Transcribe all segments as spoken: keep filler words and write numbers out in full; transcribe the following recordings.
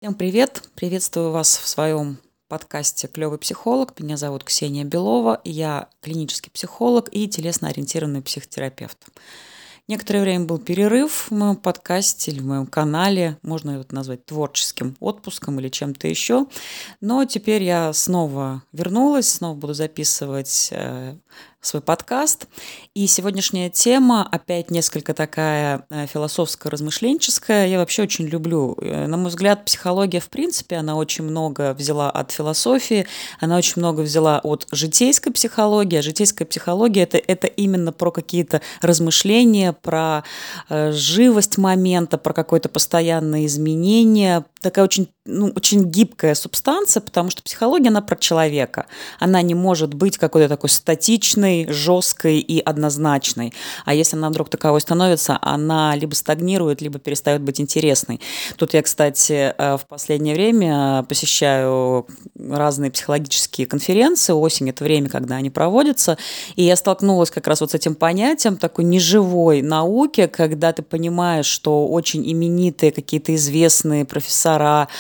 Всем привет! Приветствую вас в своем подкасте «Клёвый психолог». Меня зовут Ксения Белова, я клинический психолог и телесно-ориентированный психотерапевт. Некоторое время был перерыв в моем подкасте или в моем канале, можно это назвать творческим отпуском или чем-то еще, но теперь я снова вернулась, снова буду записывать э, свой подкаст. И сегодняшняя тема опять несколько такая э, философско-размышленческая. Я вообще очень люблю. Э, На мой взгляд, психология, в принципе, она очень много взяла от философии, она очень много взяла от житейской психологии. А житейская психология это, это именно про какие-то размышления, про э, живость момента, про какое-то постоянное изменение. Такая очень, ну, очень гибкая субстанция, потому что психология, она про человека. Она не может быть какой-то такой статичной, жесткой и однозначной. А если она вдруг таковой становится, она либо стагнирует, либо перестает быть интересной. Тут я, кстати, в последнее время посещаю разные психологические конференции. Осень – это время, когда они проводятся. И я столкнулась как раз вот с этим понятием такой неживой науки, когда ты понимаешь, что очень именитые какие-то известные профессора,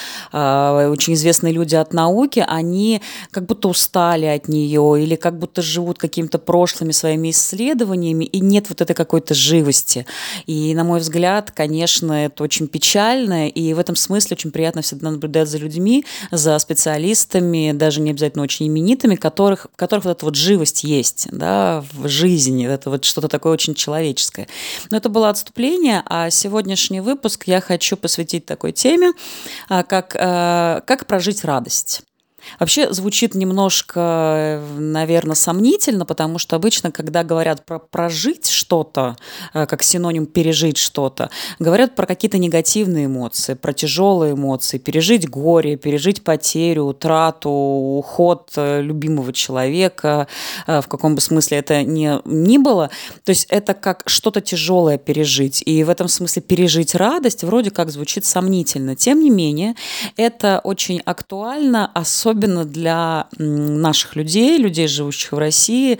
очень известные люди от науки, они как будто устали от нее или как будто живут какими-то прошлыми своими исследованиями, и нет вот этой какой-то живости. И, на мой взгляд, конечно, это очень печально, и в этом смысле очень приятно всегда наблюдать за людьми, за специалистами, даже не обязательно очень именитыми, которых, в которых вот эта вот живость есть, да, в жизни, это вот что-то такое очень человеческое. Но это было отступление, а сегодняшний выпуск я хочу посвятить такой теме, как, как прожить радость. Вообще звучит немножко, наверное, сомнительно, потому что обычно, когда говорят про прожить что-то, как синоним пережить что-то, говорят про какие-то негативные эмоции, про тяжелые эмоции, пережить горе, пережить потерю, утрату, уход любимого человека, в каком бы смысле это ни, ни было. То есть это как что-то тяжелое пережить. И в этом смысле пережить радость вроде как звучит сомнительно. Тем не менее, это очень актуально, особенно Особенно для наших людей, людей, живущих в России,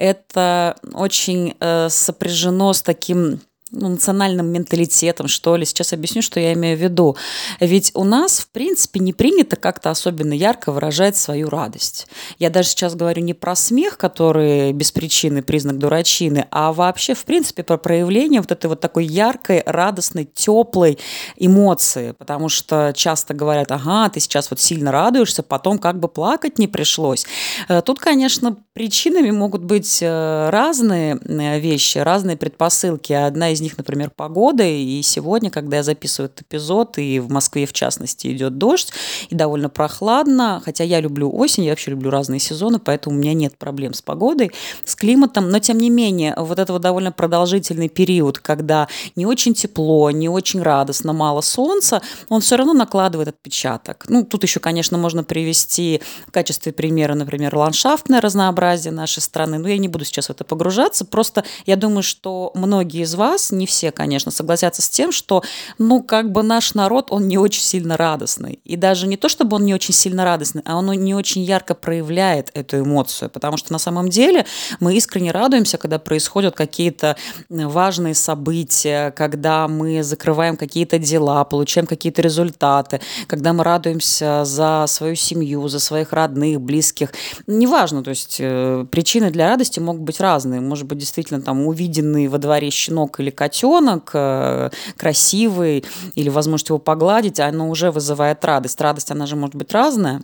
это очень э, сопряжено с таким ну, национальным менталитетом, что ли. Сейчас объясню, что я имею в виду. Ведь у нас, в принципе, не принято как-то особенно ярко выражать свою радость. Я даже сейчас говорю не про смех, который без причины признак дурачины, а вообще, в принципе, про проявление вот этой вот такой яркой, радостной, теплой эмоции. Потому что часто говорят, ага, ты сейчас вот сильно радуешься, потом как бы плакать не пришлось. Тут, конечно, причинами могут быть разные вещи, разные предпосылки. Одна из них, например, погода. И сегодня, когда я записываю этот эпизод, и в Москве, в частности, идет дождь, и довольно прохладно, хотя я люблю осень, я вообще люблю разные сезоны, поэтому у меня нет проблем с погодой, с климатом, но, тем не менее, вот это вот довольно продолжительный период, когда не очень тепло, не очень радостно, мало солнца, он все равно накладывает отпечаток. Ну, тут еще, конечно, можно привести в качестве примера, например, ландшафтное разнообразие нашей страны, но я не буду сейчас в это погружаться, просто я думаю, что многие из вас, не все, конечно, согласятся с тем, что, ну, как бы наш народ, он не очень сильно радостный. И даже не то, чтобы он не очень сильно радостный, а он не очень ярко проявляет эту эмоцию, потому что на самом деле мы искренне радуемся, когда происходят какие-то важные события, когда мы закрываем какие-то дела, получаем какие-то результаты, когда мы радуемся за свою семью, за своих родных, близких. Неважно, то есть э, причины для радости могут быть разные. Может быть, действительно, там, увиденный во дворе щенок или котенок э, красивый, или возможность его погладить, оно уже вызывает радость. Радость, она же может быть разная.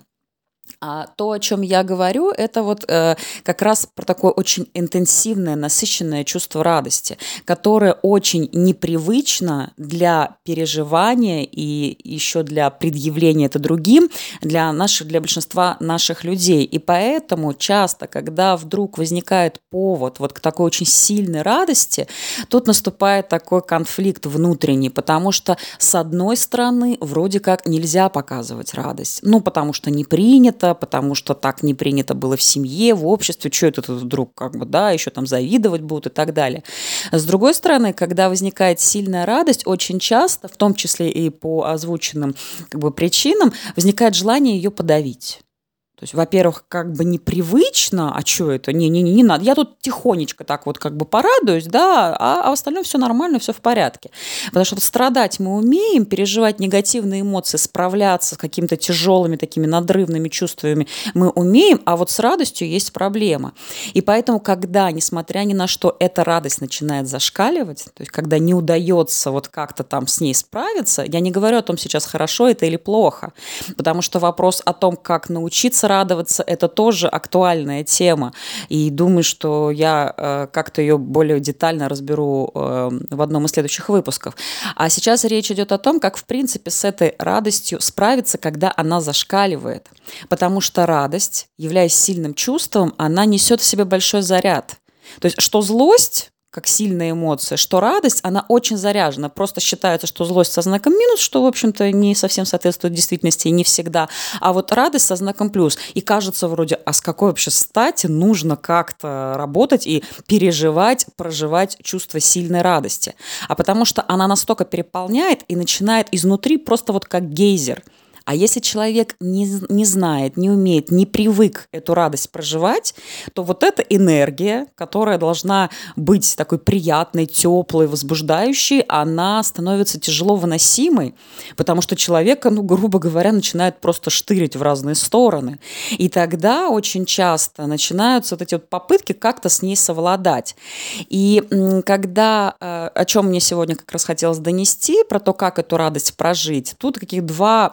А то, о чем я говорю, это вот э, как раз про такое очень интенсивное, насыщенное чувство радости, которое очень непривычно для переживания и еще для предъявления это другим, для, наших, для большинства наших людей. И поэтому часто, когда вдруг возникает повод вот к такой очень сильной радости, тут наступает такой конфликт внутренний, потому что, с одной стороны, вроде как нельзя показывать радость, ну, потому что не принято, потому что так не принято было в семье, в обществе, что это тут вдруг, как бы, да, еще там завидовать будут и так далее. С другой стороны, когда возникает сильная радость, очень часто, в том числе и по озвученным как бы причинам, возникает желание ее подавить. То есть, во-первых, как бы непривычно, а что это? Не-не-не, не надо. Я тут тихонечко так вот как бы порадуюсь, да, а, а в остальном все нормально, все в порядке. Потому что страдать мы умеем, переживать негативные эмоции, справляться с какими-то тяжелыми такими надрывными чувствами мы умеем, а вот с радостью есть проблема. И поэтому, когда, несмотря ни на что, эта радость начинает зашкаливать, то есть когда не удается вот как-то там с ней справиться, я не говорю о том, сейчас хорошо это или плохо, потому что вопрос о том, как научиться радоваться, это тоже актуальная тема. И думаю, что я э, как-то ее более детально разберу э, в одном из следующих выпусков. А сейчас речь идет о том, как, в принципе, с этой радостью справиться, когда она зашкаливает. Потому что радость, являясь сильным чувством, она несет в себе большой заряд. То есть, что злость, как сильная эмоция, что радость, она очень заряжена. Просто считается, что злость со знаком минус, что, в общем-то, не совсем соответствует действительности и не всегда. А вот радость со знаком плюс. И кажется вроде, а с какой вообще стати нужно как-то работать и переживать, проживать чувство сильной радости? А потому что она настолько переполняет и начинает изнутри просто вот как гейзер. А если человек не, не знает, не умеет, не привык эту радость проживать, то вот эта энергия, которая должна быть такой приятной, теплой, возбуждающей, она становится тяжело выносимой, потому что человека, ну, грубо говоря, начинает просто штырить в разные стороны. И тогда очень часто начинаются вот эти вот попытки как-то с ней совладать. И когда, о чем мне сегодня как раз хотелось донести, про то, как эту радость прожить, тут каких два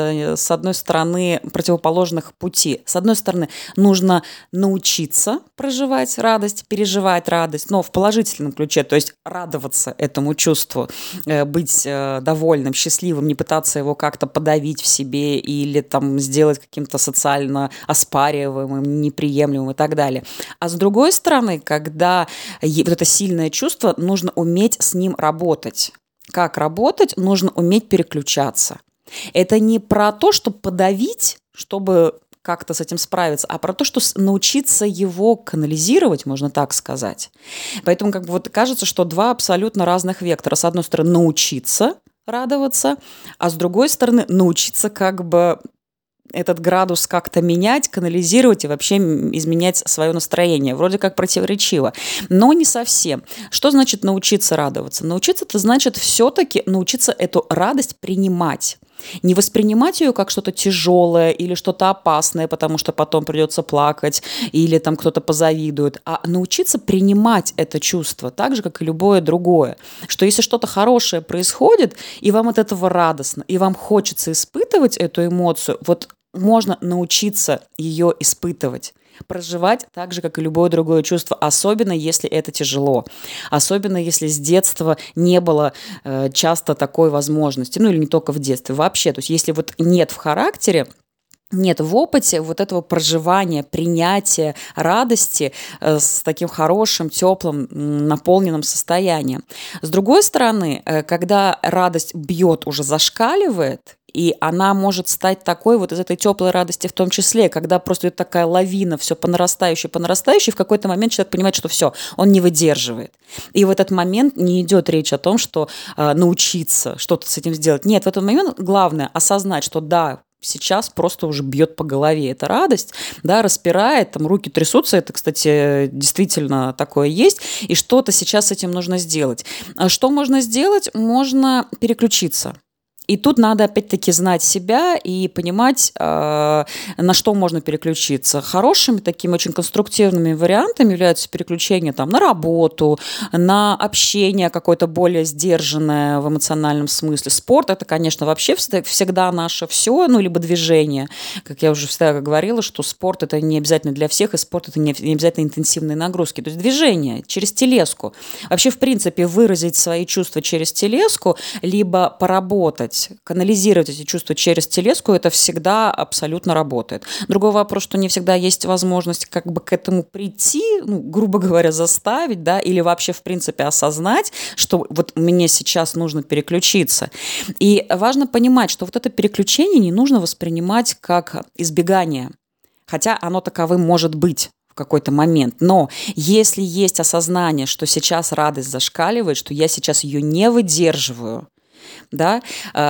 с одной стороны, противоположных пути. С одной стороны, нужно научиться проживать радость, переживать радость, но в положительном ключе, то есть радоваться этому чувству, быть довольным, счастливым, не пытаться его как-то подавить в себе или там сделать каким-то социально оспариваемым, неприемлемым и так далее. А с другой стороны, когда вот это сильное чувство, нужно уметь с ним работать. Как работать? Нужно уметь переключаться. Это не про то, чтобы подавить, чтобы как-то с этим справиться, а про то, что научиться его канализировать, можно так сказать. Поэтому как бы вот кажется, что два абсолютно разных вектора. С одной стороны, научиться радоваться, а с другой стороны, научиться как бы этот градус как-то менять, канализировать и вообще изменять свое настроение. Вроде как противоречиво, но не совсем. Что значит научиться радоваться? Научиться – это значит все-таки научиться эту радость принимать. Не воспринимать ее как что-то тяжелое или что-то опасное, потому что потом придется плакать или там кто-то позавидует, а научиться принимать это чувство так же, как и любое другое. Что если что-то хорошее происходит, и вам от этого радостно, и вам хочется испытывать эту эмоцию, вот можно научиться ее испытывать. Проживать так же, как и любое другое чувство, особенно если это тяжело, особенно если с детства не было э, часто такой возможности, ну или не только в детстве, вообще, то есть если вот нет в характере, нет в опыте вот этого проживания, принятия, радости э, с таким хорошим, теплым, наполненным состоянием. С другой стороны, э, когда радость бьет, уже зашкаливает, и она может стать такой вот из этой теплой радости в том числе, когда просто идет такая лавина, все по нарастающей, по нарастающей, в какой-то момент человек понимает, что все, он не выдерживает. И в этот момент не идет речь о том, что э, научиться что-то с этим сделать. Нет, в этот момент главное осознать, что да, сейчас просто уже бьет по голове эта радость, да, распирает, там руки трясутся, это, кстати, действительно такое есть, и что-то сейчас с этим нужно сделать. Что можно сделать? Можно переключиться. И тут надо, опять-таки, знать себя и понимать, э, на что можно переключиться. Хорошими такими очень конструктивными вариантами являются переключения там, на работу, на общение какое-то более сдержанное в эмоциональном смысле. Спорт – это, конечно, вообще всегда наше все, ну, либо движение. Как я уже всегда говорила, что спорт – это не обязательно для всех, и спорт – это не обязательно интенсивные нагрузки. То есть движение через телеску. Вообще, в принципе, выразить свои чувства через телеску, либо поработать, канализировать эти чувства через телеску, это всегда абсолютно работает. Другой вопрос, что не всегда есть возможность как бы к этому прийти, ну, грубо говоря, заставить, да, или вообще, в принципе, осознать, что вот мне сейчас нужно переключиться. И важно понимать, что вот это переключение не нужно воспринимать как избегание, хотя оно таковым может быть в какой-то момент. Но если есть осознание, что сейчас радость зашкаливает, что я сейчас ее не выдерживаю, да,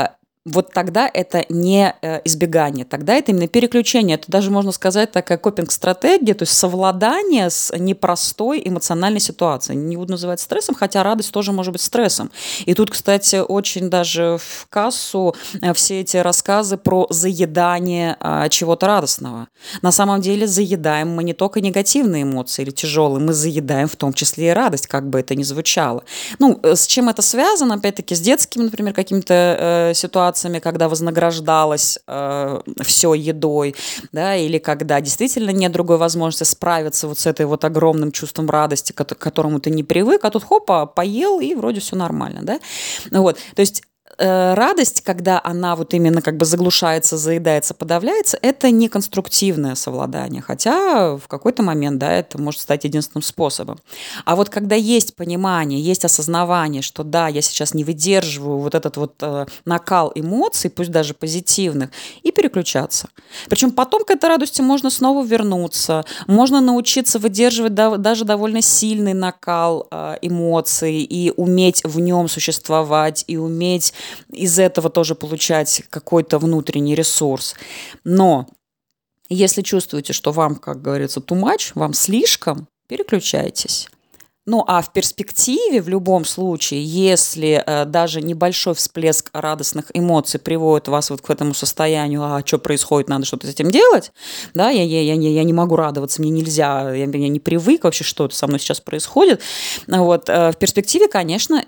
вот тогда это не э, избегание, тогда это именно переключение. Это даже, можно сказать, такая копинг-стратегия, то есть совладание с непростой эмоциональной ситуацией. Не буду называть стрессом, хотя радость тоже может быть стрессом. И тут, кстати, очень даже в кассу э, все эти рассказы про заедание э, чего-то радостного. На самом деле заедаем мы не только негативные эмоции или тяжелые, мы заедаем в том числе и радость, как бы это ни звучало. Ну, э, с чем это связано? Опять-таки, с детскими, например, какими-то э, ситуациями, когда вознаграждалось э, все едой, да, или когда действительно нет другой возможности справиться вот с этой вот огромным чувством радости, к которому ты не привык, а тут хопа, поел, и вроде все нормально, да. Вот, то есть радость, когда она вот именно как бы заглушается, заедается, подавляется, это не конструктивное совладание, хотя в какой-то момент, да, это может стать единственным способом. А вот когда есть понимание, есть осознавание, что да, я сейчас не выдерживаю вот этот вот э, накал эмоций, пусть даже позитивных, и переключаться. Причем потом к этой радости можно снова вернуться, можно научиться выдерживать да, даже довольно сильный накал э, эмоций и уметь в нем существовать, и уметь из этого тоже получать какой-то внутренний ресурс. Но если чувствуете, что вам, как говорится, too much, вам слишком, переключайтесь. Ну, а в перспективе, в любом случае, если э, даже небольшой всплеск радостных эмоций приводит вас вот к этому состоянию, а что происходит, надо что-то с этим делать, да, я, я, я, я не могу радоваться, мне нельзя, я, я не привык вообще, что это со мной сейчас происходит, вот, э, в перспективе, конечно,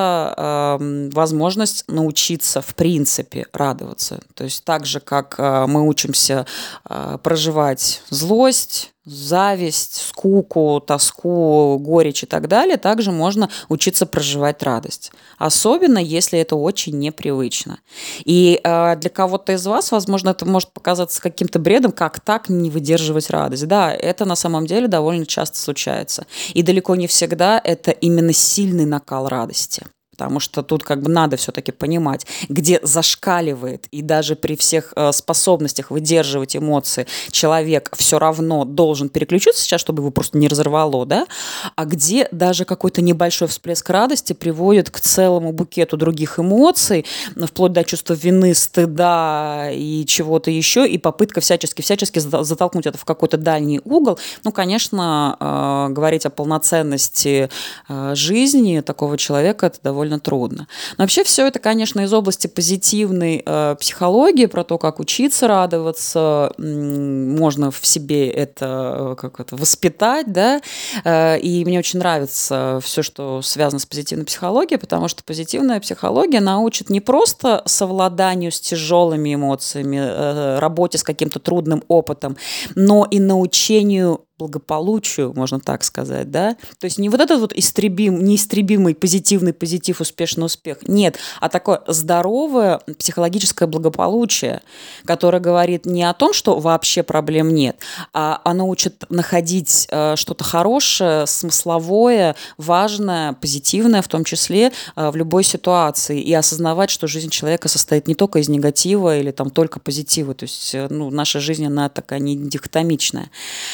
это э, возможность научиться, в принципе, радоваться. То есть так же, как э, мы учимся э, проживать злость, зависть, скуку, тоску, горечь и так далее, также можно учиться проживать радость. Особенно, если это очень непривычно. И э, для кого-то из вас, возможно, это может показаться каким-то бредом, как так не выдерживать радость. Да, это на самом деле довольно часто случается. И далеко не всегда это именно сильный накал радости. Потому что тут как бы надо все-таки понимать, где зашкаливает, и даже при всех э, способностях выдерживать эмоции человек все равно должен переключиться сейчас, чтобы его просто не разорвало, да, а где даже какой-то небольшой всплеск радости приводит к целому букету других эмоций, вплоть до чувства вины, стыда и чего-то еще, и попытка всячески-всячески затолкнуть это в какой-то дальний угол. Ну, конечно, э, говорить о полноценности э, жизни такого человека – это довольно трудно. Но вообще все это, конечно, из области позитивной э, психологии, про то, как учиться радоваться, м- можно в себе это, как это воспитать, да, э, и мне очень нравится все, что связано с позитивной психологией, потому что позитивная психология научит не просто совладанию с тяжелыми эмоциями, э, работе с каким-то трудным опытом, но и научению благополучию, можно так сказать, да, то есть не вот этот вот истребим, неистребимый позитивный позитив, успешный успех, нет, а такое здоровое психологическое благополучие, которое говорит не о том, что вообще проблем нет, а оно учит находить э, что-то хорошее, смысловое, важное, позитивное, в том числе э, в любой ситуации, и осознавать, что жизнь человека состоит не только из негатива или там только позитива, то есть э, ну, наша жизнь, она такая не дихотомичная.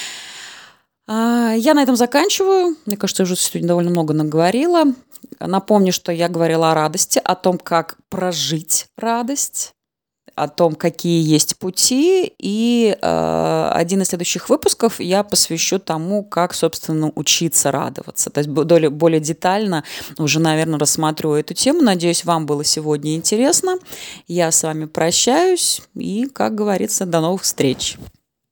Я на этом заканчиваю. Мне кажется, я уже сегодня довольно много наговорила. Напомню, что я говорила о радости, о том, как прожить радость, о том, какие есть пути. И э, один из следующих выпусков я посвящу тому, как, собственно, учиться радоваться. То есть более, более детально уже, наверное, рассматриваю эту тему. Надеюсь, вам было сегодня интересно. Я с вами прощаюсь и, как говорится, до новых встреч.